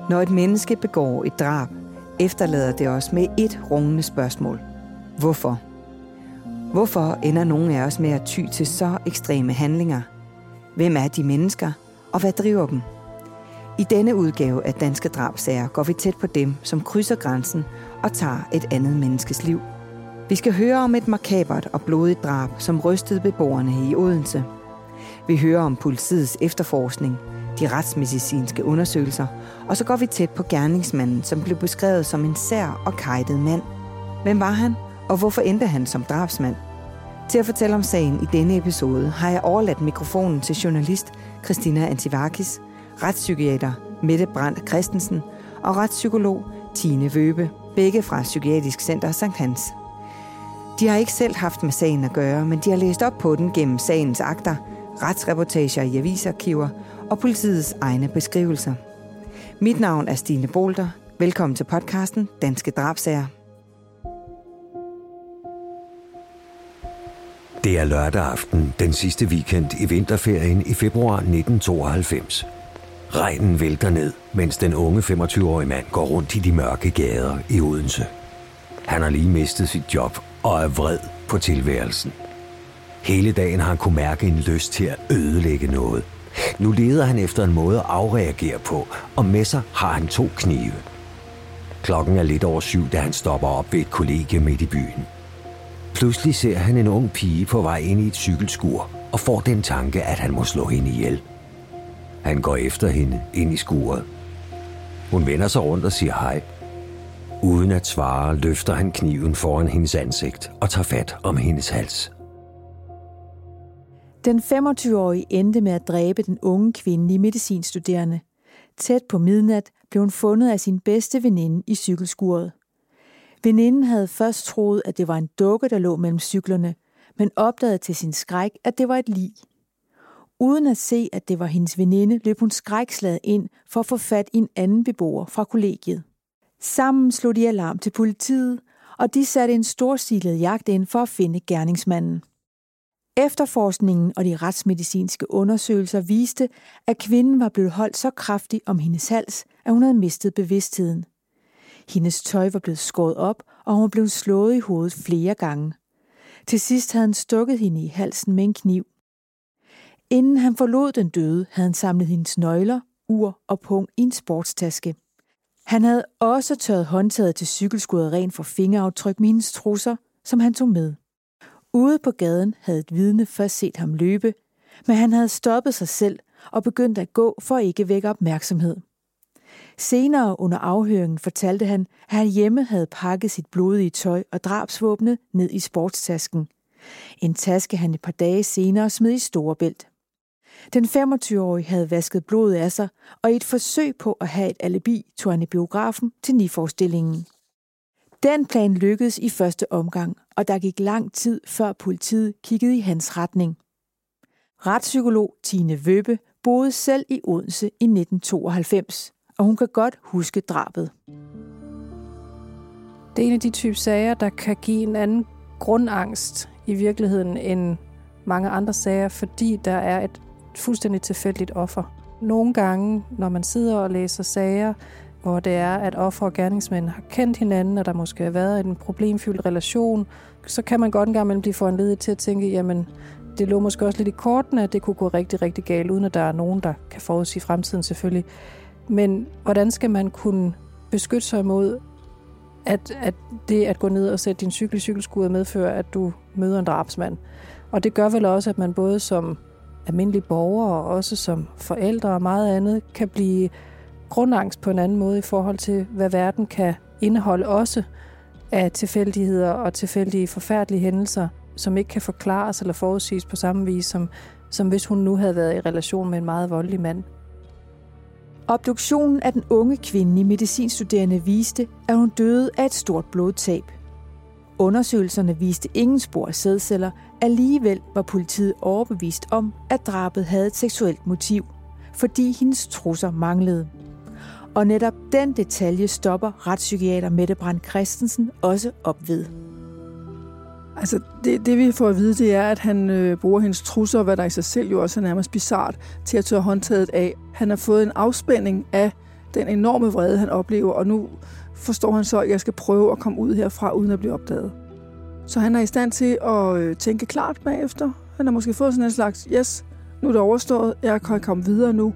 Når et menneske begår et drab, efterlader det os med et rungende spørgsmål. Hvorfor? Hvorfor ender nogen af os med at ty til så ekstreme handlinger? Hvem er de mennesker, og hvad driver dem? I denne udgave af Danske Drabsager går vi tæt på dem, som krydser grænsen og tager et andet menneskes liv. Vi skal høre om et makabert og blodigt drab, som rystede beboerne i Odense. Vi hører om politiets efterforskning, de retsmedicinske undersøgelser, og så går vi tæt på gerningsmanden, som blev beskrevet som en sær og kejtet mand. Hvem var han, og hvorfor endte han som drabsmand? Til at fortælle om sagen i denne episode har jeg overladt mikrofonen til journalist Christina Antivakis, retspsykiater Mette Brandt Christensen og retspsykolog Tine Wøbe, begge fra Psykiatrisk Center Sankt Hans. De har ikke selv haft med sagen at gøre, men de har læst op på den gennem sagens akter, retsreportager i avisarkiver og politiets egne beskrivelser. Mit navn er Stine Bolter. Velkommen til podcasten Danske Drabsager. Det er lørdag aften, den sidste weekend i vinterferien i februar 1992. Regnen vælter ned, mens den unge 25-årige mand går rundt i de mørke gader i Odense. Han har lige mistet sit job og er vred på tilværelsen. Hele dagen har han kunnet mærke en lyst til at ødelægge noget. Nu leder han efter en måde at afreagere på, og med sig har han 2 knive. Klokken er lidt over 7, da han stopper op ved et kollegie midt i byen. Pludselig ser han en ung pige på vej ind i et cykelskur og får den tanke, at han må slå hende ihjel. Han går efter hende ind i skuret. Hun vender sig rundt og siger hej. Uden at svare, løfter han kniven foran hendes ansigt og tager fat om hendes hals. Den 25-årige endte med at dræbe den unge kvindelige medicinstuderende. Tæt på midnat blev hun fundet af sin bedste veninde i cykelskuret. Veninden havde først troet, at det var en dukke, der lå mellem cyklerne, men opdagede til sin skræk, at det var et lig. Uden at se, at det var hendes veninde, løb hun skrækslaget ind for at få fat i en anden beboer fra kollegiet. Sammen slog de alarm til politiet, og de satte en storstilet jagt ind for at finde gerningsmanden. Efterforskningen og de retsmedicinske undersøgelser viste, at kvinden var blevet holdt så kraftigt om hendes hals, at hun havde mistet bevidstheden. Hendes tøj var blevet skåret op, og hun blev slået i hovedet flere gange. Til sidst havde han stukket hende i halsen med en kniv. Inden han forlod den døde, havde han samlet hendes nøgler, ur og pung i en sportstaske. Han havde også tørret håndtaget til cykelskuret rent for fingeraftryk med hendes trusser, som han tog med. Ude på gaden havde et vidne først set ham løbe, men han havde stoppet sig selv og begyndt at gå for at ikke vække opmærksomhed. Senere under afhøringen fortalte han, at han hjemme havde pakket sit blodige tøj og drabsvåbnet ned i sportstasken. En taske han et par dage senere smed i Storebælt. Den 25-årige havde vasket blodet af sig, og i et forsøg på at have et alibi tog han i biografen til Niforstillingen. Den plan lykkedes i første omgang, og der gik lang tid før politiet kiggede i hans retning. Retspsykolog Tine Wøbe boede selv i Odense i 1992, og hun kan godt huske drabet. Det er en af de type sager, der kan give en anden grundangst i virkeligheden end mange andre sager, fordi der er et fuldstændig tilfældigt offer. Nogle gange, når man sidder og læser sager, hvor det er, at offer og gerningsmænd har kendt hinanden, og der måske har været en problemfyldt relation, så kan man godt en gang imellem blive foranlediget til at tænke, jamen, det lå måske også lidt i kortene, at det kunne gå rigtig, rigtig galt, uden at der er nogen, der kan forudsige fremtiden selvfølgelig. Men hvordan skal man kunne beskytte sig imod, at det at gå ned og sætte din cykel i cykelskuret medfører, at du møder en drabsmand? Og det gør vel også, at man både som almindelige borgere og også som forældre og meget andet kan blive grundangst på en anden måde i forhold til, hvad verden kan indeholde også af tilfældigheder og tilfældige forfærdelige hændelser, som ikke kan forklares eller forudsiges på samme vis, som hvis hun nu havde været i relation med en meget voldelig mand. Obduktionen af den unge kvindelige medicinstuderende viste, at hun døde af et stort blodtab. Undersøgelserne viste ingen spor af sædceller, alligevel var politiet overbevist om, at drabet havde et seksuelt motiv, fordi hendes trusser manglede. Og netop den detalje stopper retspsykiater Mette Brandt Christensen også op ved. Altså det vi får at vide, det er, at han bruger hendes trusser, hvad der i sig selv jo også er nærmest bizart, til at tørre håndtaget af. Han har fået en afspænding af den enorme vrede, han oplever, og nu forstår han så, at jeg skal prøve at komme ud herfra, uden at blive opdaget. Så han er i stand til at tænke klart bagefter. Han har måske fået sådan en slags, yes, nu er det overstået, jeg kan komme videre nu.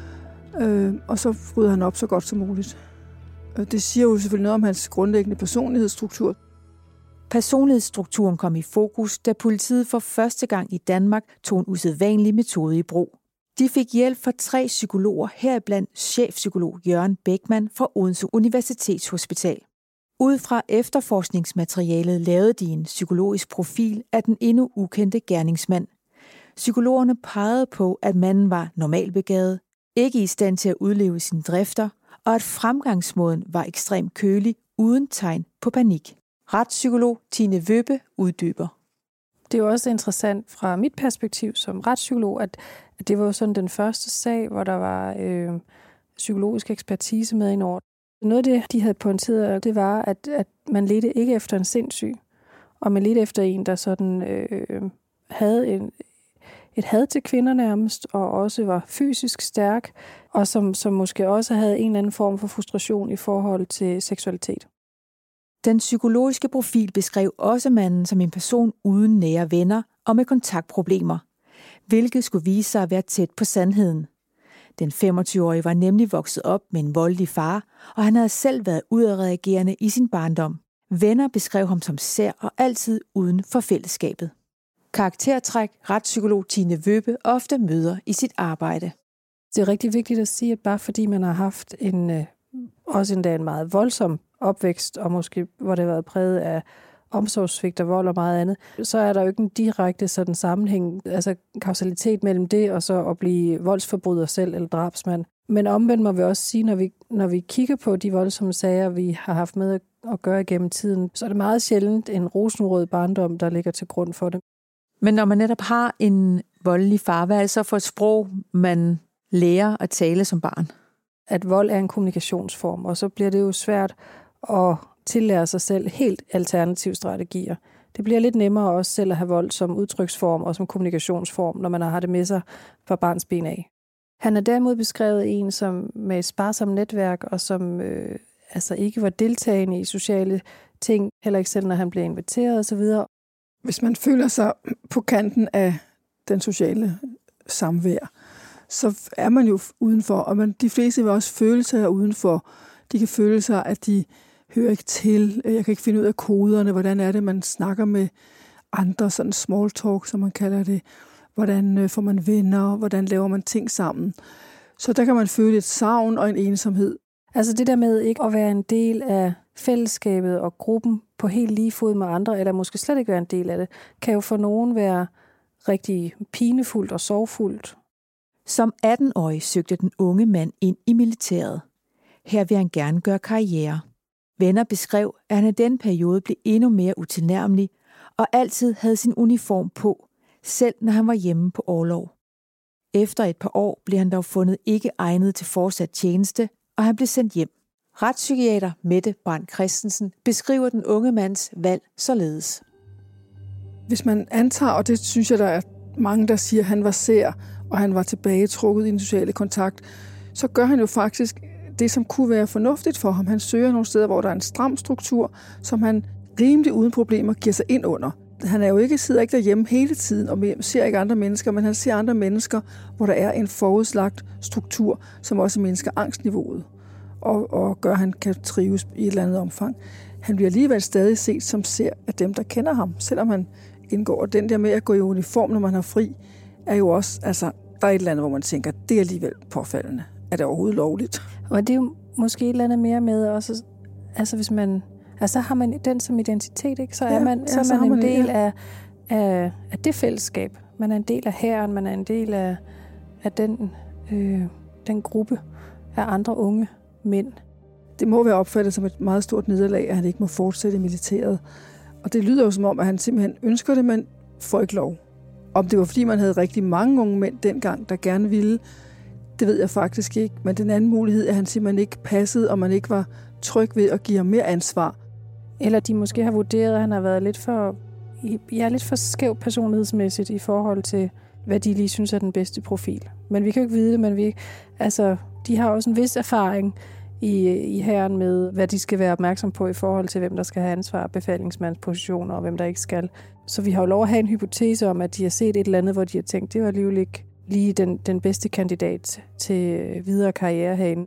Og så bryder han op så godt som muligt. Det siger jo selvfølgelig noget om hans grundlæggende personlighedsstruktur. Personlighedsstrukturen kom i fokus, da politiet for første gang i Danmark tog en usædvanlig metode i brug. De fik hjælp fra 3 psykologer, heriblandt chefpsykolog Jørgen Beckmann fra Odense Universitetshospital. Ud fra efterforskningsmaterialet lavede de en psykologisk profil af den endnu ukendte gerningsmand. Psykologerne pegede på, at manden var normalbegavet, ikke i stand til at udleve sine drifter, og at fremgangsmåden var ekstremt kølig, uden tegn på panik. Retspsykolog Tine Wøbe uddyber. Det er jo også interessant fra mit perspektiv som retspsykolog, at det var jo sådan den første sag, hvor der var psykologisk ekspertise med indover. Noget af det, de havde pointeret, det var, at man ledte ikke efter en sindssyg, og man ledte efter en, der sådan havde et had til kvinder nærmest, og også var fysisk stærk, og som måske også havde en eller anden form for frustration i forhold til seksualitet. Den psykologiske profil beskrev også manden som en person uden nære venner og med kontaktproblemer, hvilket skulle vise sig at være tæt på sandheden. Den 25-årige var nemlig vokset op med en voldelig far, og han havde selv været udadreagerende i sin barndom. Venner beskrev ham som sær og altid uden for fællesskabet. Karaktertræk retspsykolog Tine Wøbe ofte møder i sit arbejde. Det er rigtig vigtigt at sige, at bare fordi man har haft også endda en meget voldsom opvækst, og måske hvor det har været præget af omsorgssvigt og vold og meget andet, så er der jo ikke en direkte sådan sammenhæng, altså kausalitet mellem det og så at blive voldsforbryder selv eller drabsmand. Men omvendt må vi også sige, når vi kigger på de voldsomme sager, vi har haft med at gøre igennem tiden, så er det meget sjældent en rosenrød barndom, der ligger til grund for det. Men når man netop har en voldelig far, hvad er det så for et sprog, man lærer at tale som barn? At vold er en kommunikationsform, og så bliver det jo svært at tillære sig selv helt alternative strategier. Det bliver lidt nemmere også selv at have vold som udtryksform og som kommunikationsform, når man har det med sig fra barns ben af. Han er derimod beskrevet en som med et sparsomt netværk, og som ikke var deltagende i sociale ting, heller ikke selv, når han blev inviteret osv. Hvis man føler sig på kanten af den sociale samvær, så er man jo udenfor, og de fleste vil også føle sig udenfor. De kan føle sig, at de hører ikke til. Jeg kan ikke finde ud af koderne. Hvordan er det, man snakker med andre, sådan small talk, som man kalder det. Hvordan får man venner? Hvordan laver man ting sammen? Så der kan man føle et savn og en ensomhed. Altså det der med ikke at være en del af fællesskabet og gruppen på helt lige fod med andre, eller måske slet ikke være en del af det, kan jo for nogen være rigtig pinefuldt og sorgfuldt. Som 18-årig søgte den unge mand ind i militæret. Her vil han gerne gøre karriere. Venner beskrev, at han i den periode blev endnu mere utilnærmelig og altid havde sin uniform på, selv når han var hjemme på orlov. Efter et par år blev han dog fundet ikke egnet til fortsat tjeneste, og han blev sendt hjem. Retspsykiater Mette Brandt Christensen beskriver den unge mands valg således. Hvis man antager, og det synes jeg, der er mange, der siger, at han var sær, og han var tilbagetrukket i den sociale kontakt, så gør han jo faktisk det, som kunne være fornuftigt for ham. Han søger nogle steder, hvor der er en stram struktur, som han rimelig uden problemer giver sig ind under. Han sidder ikke derhjemme hele tiden og ser ikke andre mennesker, men han ser andre mennesker, hvor der er en forudslagt struktur, som også mindsker angstniveauet og gør, at han kan trives i et eller andet omfang. Han bliver alligevel stadig set som ser af dem, der kender ham, selvom han indgår. Og den der med at gå i uniform, når man har fri, er jo også, der er et eller andet, hvor man tænker, det er alligevel påfaldende. Er det overhovedet lovligt? Og det er jo måske et eller andet mere med også, hvis man, så har man den som identitet, ikke? Så er man, så er man en del af det fællesskab. Man er en del af hæren, man er en del af den gruppe af andre unge mænd. Det må være opfattet som et meget stort nederlag, at han ikke må fortsætte i militæret. Og det lyder jo som om, at han simpelthen ønsker det, men får ikke lov. Om det var, fordi man havde rigtig mange unge mænd dengang, der gerne ville, det ved jeg faktisk ikke. Men den anden mulighed er, at han simpelthen ikke passede, og man ikke var tryg ved at give ham mere ansvar. Eller de måske har vurderet, at han har været lidt for skæv personlighedsmæssigt i forhold til, hvad de lige synes er den bedste profil. Men vi kan jo ikke vide det, men De har også en vis erfaring i hæren med, hvad de skal være opmærksom på i forhold til, hvem der skal have ansvar, befalingsmandspositioner og hvem der ikke skal. Så vi har jo lov at have en hypotese om, at de har set et eller andet, hvor de har tænkt, det var alligevel ikke lige den bedste kandidat til videre karriere herinde.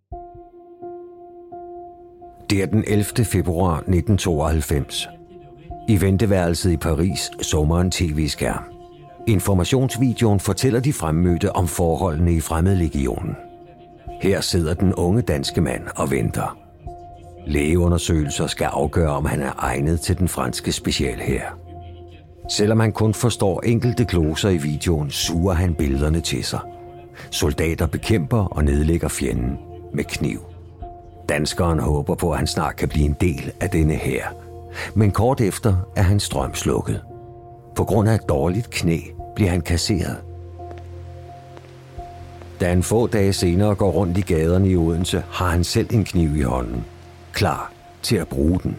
Det er den 11. februar 1992. I venteværelset i Paris så man en tv-skærm. Informationsvideoen fortæller de fremmødte om forholdene i Fremmedlegionen. Her sidder den unge danske mand og venter. Lægeundersøgelser skal afgøre, om han er egnet til den franske specialhær. Selvom han kun forstår enkelte gloser i videoen, suger han billederne til sig. Soldater bekæmper og nedlægger fjenden med kniv. Danskeren håber på, at han snart kan blive en del af denne hær. Men kort efter er hans strøm slukket. På grund af et dårligt knæ bliver han kasseret. Da han få dage senere går rundt i gaderne i Odense, har han selv en kniv i hånden. Klar til at bruge den.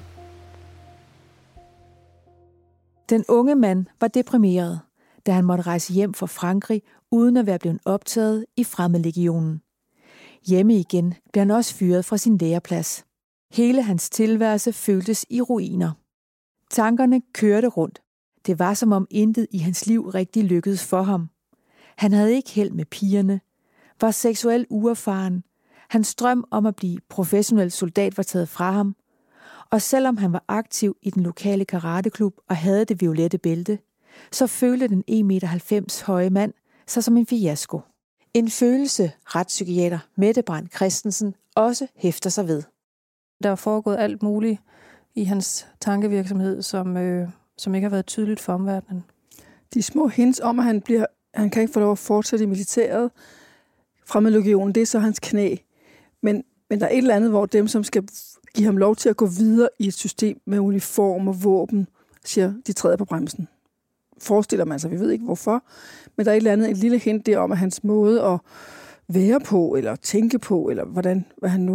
Den unge mand var deprimeret, da han måtte rejse hjem fra Frankrig, uden at være blevet optaget i Fremmedlegionen. Hjemme igen blev han også fyret fra sin læreplads. Hele hans tilværelse føltes i ruiner. Tankerne kørte rundt. Det var som om intet i hans liv rigtig lykkedes for ham. Han havde ikke held med pigerne, var seksuelt uerfaren. Hans drøm om at blive professionel soldat var taget fra ham. Og selvom han var aktiv i den lokale karateklub og havde det violette bælte, så følte den 1,90 meter høje mand sig som en fiasko. En følelse, retspsykiater Mette Brandt Christensen også hæfter sig ved. Der er foregået alt muligt i hans tankevirksomhed, som ikke har været tydeligt for omverdenen. De små hints om, at han kan ikke få lov at fortsætte i militæret. Fremmedlegionen, det er så hans knæ. Men der er et eller andet, hvor dem, som skal give ham lov til at gå videre i et system med uniform og våben, siger, de træder på bremsen. Forestiller man sig, vi ved ikke hvorfor, men der er et eller andet, et lille hint der om, at hans måde at være på, eller tænke på, eller hvordan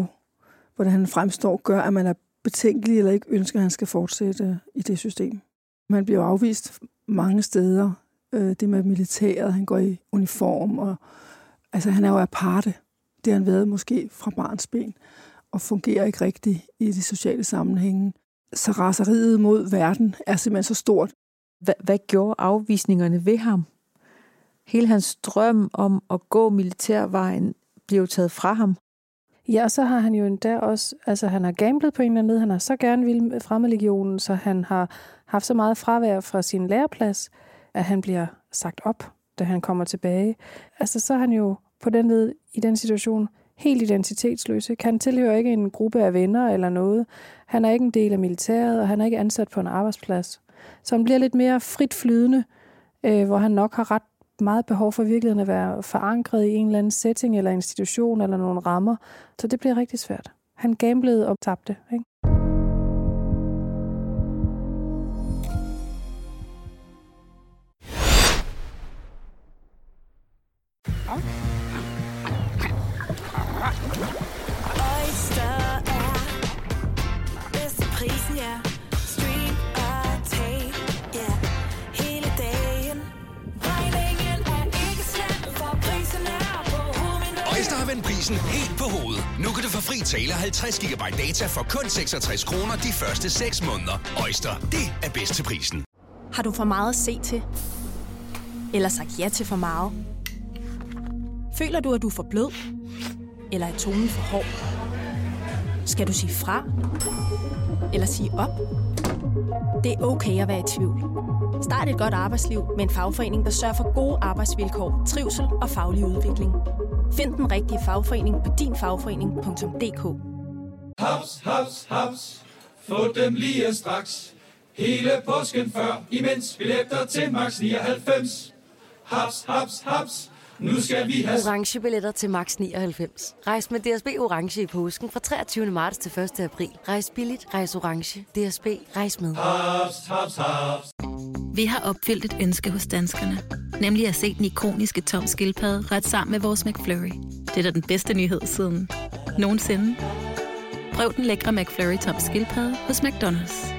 han fremstår, gør, at man er betænkelig eller ikke ønsker, at han skal fortsætte i det system. Man bliver afvist mange steder. Det med militæret, han går i uniform, og altså han er jo aparte. Det har han været måske fra barnsben, og fungerer ikke rigtigt i de sociale sammenhænge. Så raseriet mod verden er simpelthen så stort. Hvad gjorde afvisningerne ved ham? Hele hans drøm om at gå militærvejen blev taget fra ham. Ja, så har han jo endda også, altså han har gamblet på en eller anden måde, han har så gerne ville med Fremmedlegionen, så han har haft så meget fravær fra sin læreplads, at han bliver sagt op, da han kommer tilbage. Altså så er han jo på den led i den situation helt identitetsløs. Han tilhører ikke en gruppe af venner eller noget. Han er ikke en del af militæret, og han er ikke ansat på en arbejdsplads. Så han bliver lidt mere frit flydende, hvor han nok har ret meget behov for virkeligheden at være forankret i en eller anden setting eller institution eller nogle rammer. Så det bliver rigtig svært. Han gamblede og tabte, ikke? Prisen helt på hovedet. Nu kan du få fri tale 50 GB data for kun 66 kroner de første 6 måneder. Oyster, det er bedst til prisen. Har du for meget at se til? Eller sagt ja til for meget? Føler du, at du er for blød? Eller er tonen for hård? Skal du sige fra? Eller sige op? Det er okay at være i tvivl. Start et godt arbejdsliv med en fagforening, der sørger for gode arbejdsvilkår, trivsel og faglig udvikling. Find den rigtige fagforening på dinfagforening.dk. Haps, haps, haps. Få dem lige straks. Hele påsken før, imens billetter til max 99. Haps, haps, haps. Nu skal vi have orange billetter til max 99. Rejs med DSB orange i påsken fra 23. marts til 1. april. Rejs billigt, rejs orange. DSB, rejs med. haps, haps, haps. Vi har opfyldt et ønske hos danskerne. Nemlig at se den ikoniske Tom Skildpadde ret sammen med vores McFlurry. Det er da den bedste nyhed siden nogensinde. Prøv den lækre McFlurry Tom Skildpadde hos McDonald's.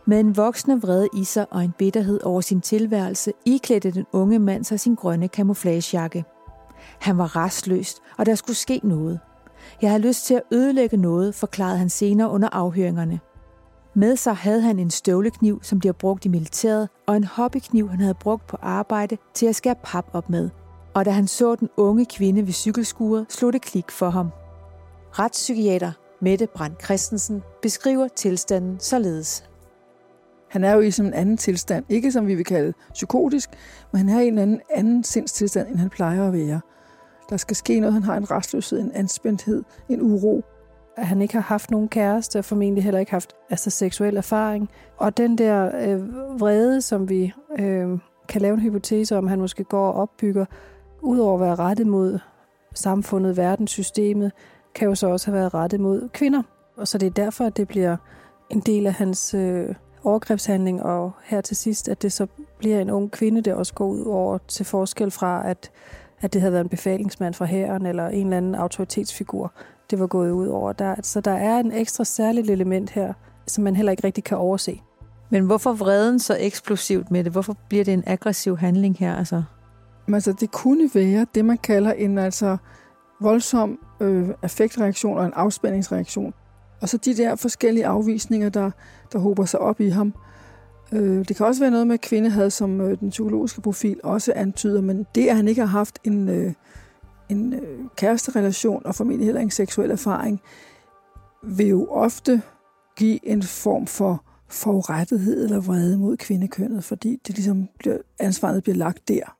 Med en voksende vrede i sig og en bitterhed over sin tilværelse, iklædte den unge mand sig sin grønne camouflagejakke. Han var rastløs, og der skulle ske noget. Jeg havde lyst til at ødelægge noget, forklarede han senere under afhøringerne. Med sig havde han en støvlekniv, som bliver brugt i militæret, og en hobbykniv, han havde brugt på arbejde til at skære pap op med. Og da han så den unge kvinde ved cykelskuret, slog det klik for ham. Retspsykiater Mette Brandt Christensen beskriver tilstanden således. Han er jo i sådan en anden tilstand, ikke som vi vil kalde psykotisk, men han er i en anden sindstilstand, end han plejer at være. Der skal ske noget, han har en rastløshed, en anspændthed, en uro. At han ikke har haft nogen kæreste, og formentlig heller ikke haft seksuel erfaring. Og den der vrede, som vi kan lave en hypotese om, han måske går og opbygger, udover at være rettet mod samfundet, verdenssystemet, kan jo så også have været rettet mod kvinder. Og så det er derfor, at det bliver en del af hans overgrebshandling, og her til sidst, at det så bliver en ung kvinde, der også går ud over til forskel fra, at det havde været en befalingsmand fra hæren, eller en eller anden autoritetsfigur, det var gået ud over. Så der er en ekstra særligt element her, som man heller ikke rigtig kan overse. Men hvorfor vreden så eksplosivt med det? Hvorfor bliver det en aggressiv handling her? Altså, det kunne være det, man kalder en voldsom affektreaktion og en afspændingsreaktion. Og så de der forskellige afvisninger, der hober sig op i ham. Det kan også være noget med, at kvinde havde, som den psykologiske profil også antyder, men det, at han ikke har haft en kæresterelation og formentlig heller en seksuel erfaring, vil jo ofte give en form for forurettethed eller vrede mod kvindekønnet, fordi det ligesom ansvaret bliver lagt der.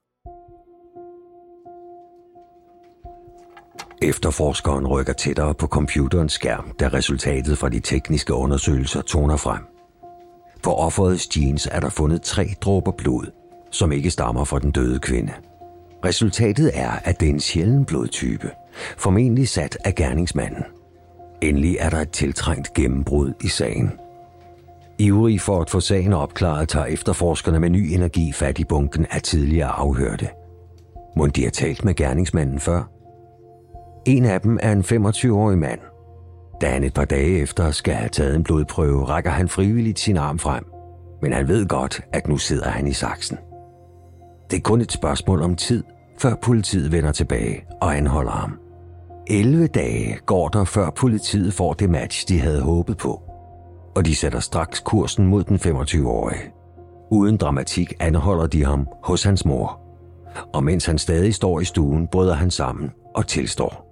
Efterforskeren rykker tættere på computerens skærm, da resultatet fra de tekniske undersøgelser toner frem. På offerets jeans er der fundet 3 dråber blod, som ikke stammer fra den døde kvinde. Resultatet er, at det er en sjælden blodtype, formentlig sat af gerningsmanden. Endelig er der et tiltrængt gennembrud i sagen. Ivrig for at få sagen opklaret, tager efterforskerne med ny energi fat i bunken af tidligere afhørte. Mon de har talt med gerningsmanden før? En af dem er en 25-årig mand. Da han et par dage efter skal have taget en blodprøve, rækker han frivilligt sin arm frem. Men han ved godt, at nu sidder han i saksen. Det er kun et spørgsmål om tid, før politiet vender tilbage og anholder ham. 11 dage går der, før politiet får det match, de havde håbet på. Og de sætter straks kursen mod den 25-årige. Uden dramatik anholder de ham hos hans mor. Og mens han stadig står i stuen, bryder han sammen og tilstår.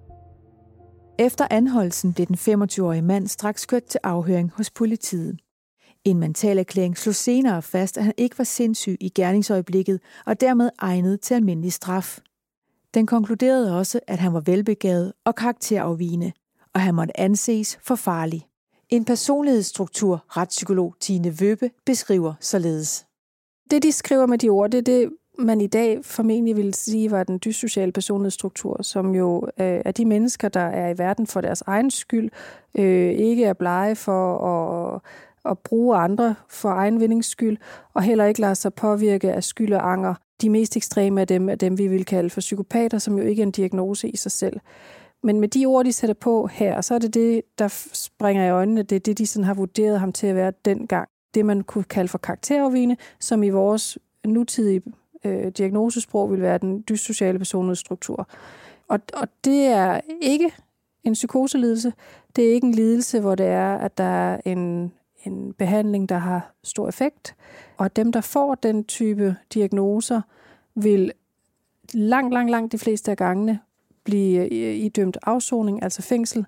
Efter anholdelsen blev den 25-årige mand straks kørt til afhøring hos politiet. En mentalerklæring slog senere fast, at han ikke var sindssyg i gerningsøjeblikket og dermed egnet til almindelig straf. Den konkluderede også, at han var velbegavet og karakterafvigende, og han måtte anses for farlig. En personlighedsstruktur, retspsykolog Tine Wøbe beskriver således. Det, de skriver med de ord, det er det, man i dag formentlig vil sige, var den dyssociale personlighedsstruktur, som jo er de mennesker, der er i verden for deres egen skyld, ikke er blege for at bruge andre for egen vindings skyld, og heller ikke lader sig påvirke af skyld og anger. De mest ekstreme af dem er dem, vi vil kalde for psykopater, som jo ikke er en diagnose i sig selv. Men med de ord, de sætter på her, så er det, der springer i øjnene, det er det, de sådan har vurderet ham til at være dengang. Det, man kunne kalde for karakterafvigende, som i vores nutidige diagnosesprog vil være den dyssociale personlighedsstruktur. Og det er ikke en psykoselidelse. Det er ikke en lidelse, hvor det er, at der er en behandling, der har stor effekt. Og dem, der får den type diagnoser, vil langt de fleste af gangene blive idømt afsoning, altså fængsel.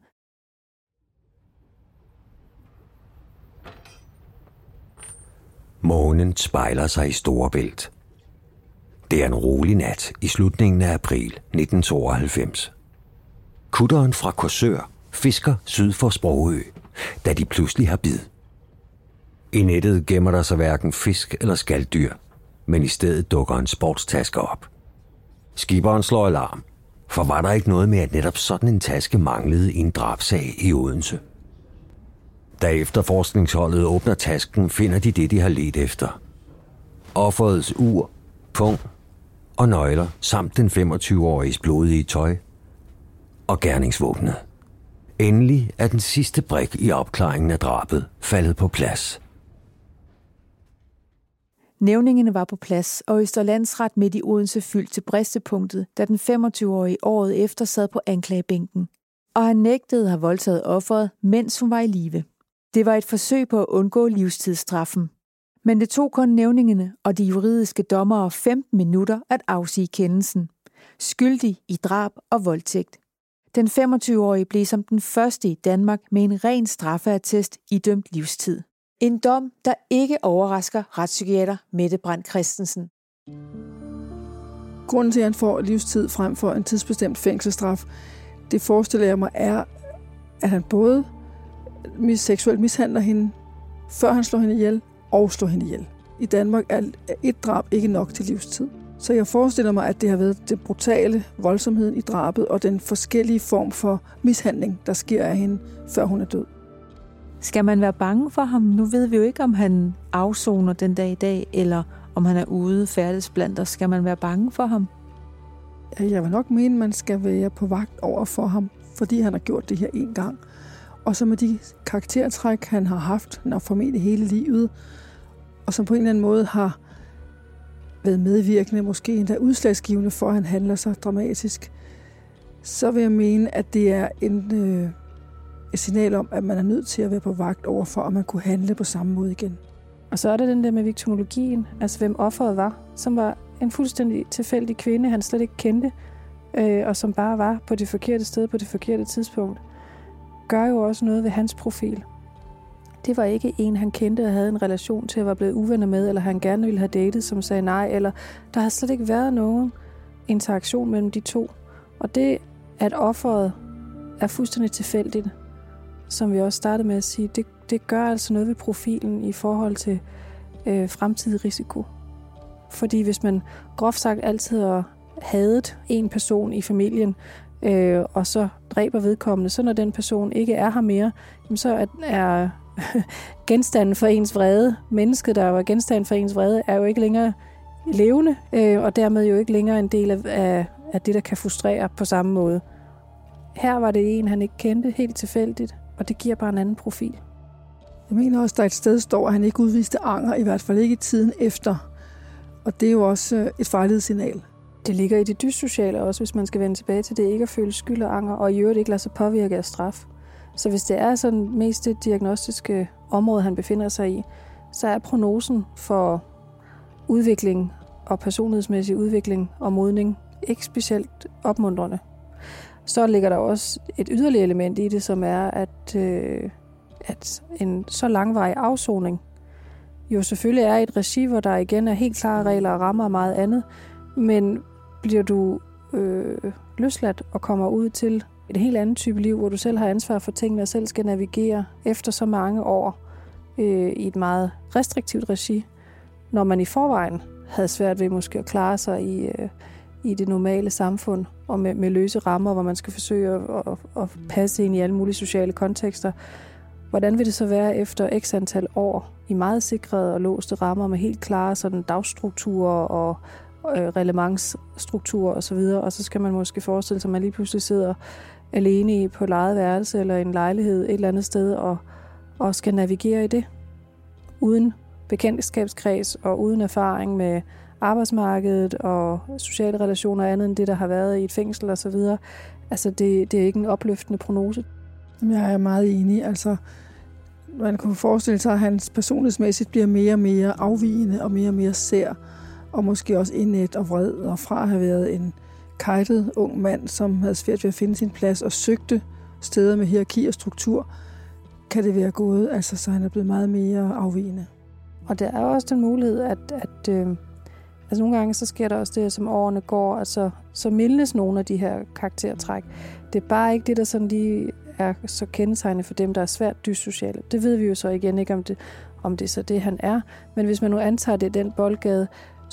Månen spejler sig i Storebælt. Det er en rolig nat i slutningen af april 1992. Kutteren fra Korsør fisker syd for Sprogø, da de pludselig har bid. I nettet gemmer der sig hverken fisk eller skaldyr, men i stedet dukker en sportstaske op. Skiperen slår alarm, for var der ikke noget med, at netop sådan en taske manglede i en drabsag i Odense. Da efterforskningsholdet åbner tasken, finder de det, de har ledt efter. Offerets ur, pung og nøgler, samt den 25-åriges blodige tøj og gerningsvåbnet. Endelig er den sidste brik i opklaringen af drabet faldet på plads. Nævningene var på plads, og Østre Landsret midt i Odense fyldte til bristepunktet, da den 25-årige året efter sad på anklagebænken. Og han nægtede at have voldtaget offeret, mens hun var i live. Det var et forsøg på at undgå livstidsstraffen. Men det tog kun nævningene og de juridiske dommere 15 minutter at afsige kendelsen. Skyldig i drab og voldtægt. Den 25-årige blev som den første i Danmark med en ren straffeattest idømt livstid. En dom, der ikke overrasker retspsykiater Mette Brandt Christensen. Grunden til, at han får livstid frem for en tidsbestemt fængselsstraf, det forestiller jeg mig er, at han både seksuelt mishandler hende, før han slår hende ihjel, og slår hende ihjel. I Danmark er et drab ikke nok til livstid. Så jeg forestiller mig, at det har været den brutale voldsomheden i drabet og den forskellige form for mishandling, der sker af hende, før hun er død. Skal man være bange for ham? Nu ved vi jo ikke, om han afsoner den dag i dag, eller om han er ude færdes blandt os. Skal man være bange for ham? Jeg vil nok mene, at man skal være på vagt over for ham, fordi han har gjort det her en gang. Og så med de karaktertræk, han har haft, nok formentlig hele livet, og som på en eller anden måde har været medvirkende, måske endda udslagsgivende for, at han handler så dramatisk, så vil jeg mene, at det er et signal om, at man er nødt til at være på vagt over for, at man kunne handle på samme måde igen. Og så er det den der med viktimologien, altså hvem offeret var, som var en fuldstændig tilfældig kvinde, han slet ikke kendte, og som bare var på det forkerte sted på det forkerte tidspunkt, gør jo også noget ved hans profil. Det var ikke en, han kendte og havde en relation til, at var blevet uvenner med, eller han gerne ville have datet, som sagde nej, eller der har slet ikke været nogen interaktion mellem de to. Og det, at offeret er fuldstændig tilfældigt, som vi også startede med at sige, det gør altså noget ved profilen i forhold til fremtidig risiko. Fordi hvis man groft sagt altid har hadet en person i familien, og så dræber vedkommende, så når den person ikke er her mere, så er genstanden for ens vrede, mennesket, der var genstand for ens vrede, er jo ikke længere levende, og dermed jo ikke længere en del af det, der kan frustrere på samme måde. Her var det en, han ikke kendte, helt tilfældigt, og det giver bare en anden profil. Jeg mener også, der et sted står, at han ikke udviste anger, i hvert fald ikke i tiden efter. Og det er jo også et farlighedssignal. Det ligger i det dyssociale også, hvis man skal vende tilbage til det, ikke at føle skyld og anger, og i øvrigt ikke lade sig påvirke af straf. Så hvis det er sådan mest det diagnostiske område, han befinder sig i, så er prognosen for udvikling og personlighedsmæssig udvikling og modning ikke specielt opmuntrende. Så ligger der også et yderligere element i det, som er, at en så langvarig afsoning jo selvfølgelig er et regi, hvor der igen er helt klare regler og rammer og meget andet, men bliver du løsladt og kommer ud til et helt andet type liv, hvor du selv har ansvar for tingene og selv skal navigere efter så mange år i et meget restriktivt regi, når man i forvejen havde svært ved måske at klare sig i det normale samfund og med løse rammer, hvor man skal forsøge at passe ind i alle mulige sociale kontekster. Hvordan vil det så være efter x antal år i meget sikrede og låste rammer med helt klare sådan dagstrukturer og relevansstrukturer osv., og så skal man måske forestille sig, at man lige pludselig sidder alene på et lejet værelse eller en lejlighed et eller andet sted og skal navigere i det, uden bekendtskabskreds og uden erfaring med arbejdsmarkedet og sociale relationer andet end det, der har været i et fængsel osv. Altså, det er ikke en opløftende prognose. Jeg er meget enig. Altså, man kunne forestille sig, at hans personlighedsmæssigt bliver mere og mere afvigende og mere sær, og måske også indædt og vred, og fra at have været en kejtet ung mand, som havde svært ved at finde sin plads og søgte steder med hierarki og struktur, kan det være gået, altså, så han er blevet meget mere afvigende. Og der er også den mulighed, at nogle gange så sker der også det, som årene går, altså så mildnes nogle af de her karaktertræk. Det er bare ikke det, der sådan lige er så kendetegnende for dem, der er svært dyssociale. Det ved vi jo så igen ikke, om det er så det, han er. Men hvis man nu antager det den boldgade,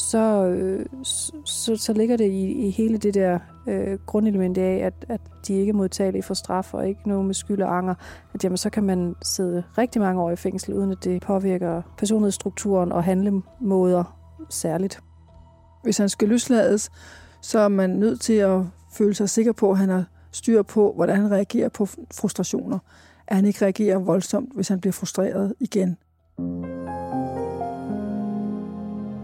så ligger det i hele det der grundelement af, at de ikke er modtagelige for straf og ikke noget med skyld og anger, at jamen, så kan man sidde rigtig mange år i fængsel, uden at det påvirker personlighedsstrukturen og handlemåder særligt. Hvis han skal løslades, så er man nødt til at føle sig sikker på, at han har styr på, hvordan han reagerer på frustrationer. At han ikke reagerer voldsomt, hvis han bliver frustreret igen.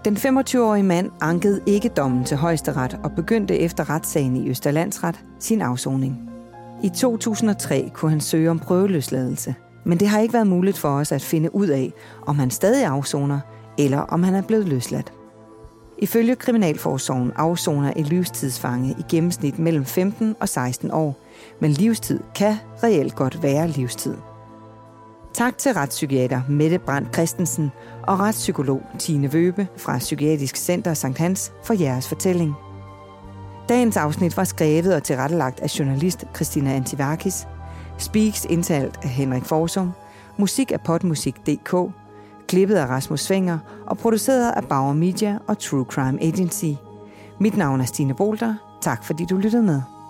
Den 25-årige mand ankede ikke dommen til Højesteret og begyndte efter retssagen i Østerlandsret sin afsoning. I 2003 kunne han søge om prøveløsladelse, men det har ikke været muligt for os at finde ud af, om han stadig afsoner, eller om han er blevet løsladt. Ifølge Kriminalforsorgen afsoner en livstidsfange i gennemsnit mellem 15 og 16 år, men livstid kan reelt godt være livstid. Tak til retspsykiater Mette Brandt Christensen og retspsykolog Tine Wøbe fra Psykiatrisk Center Sankt Hans for jeres fortælling. Dagens afsnit var skrevet og tilrettelagt af journalist Christina Antivakis, speaks indtalt af Henrik Forsum, musik af Podmusik.dk, klippet af Rasmus Svinger og produceret af Bauer Media og True Crime Agency. Mit navn er Stine Bolter. Tak fordi du lyttede med.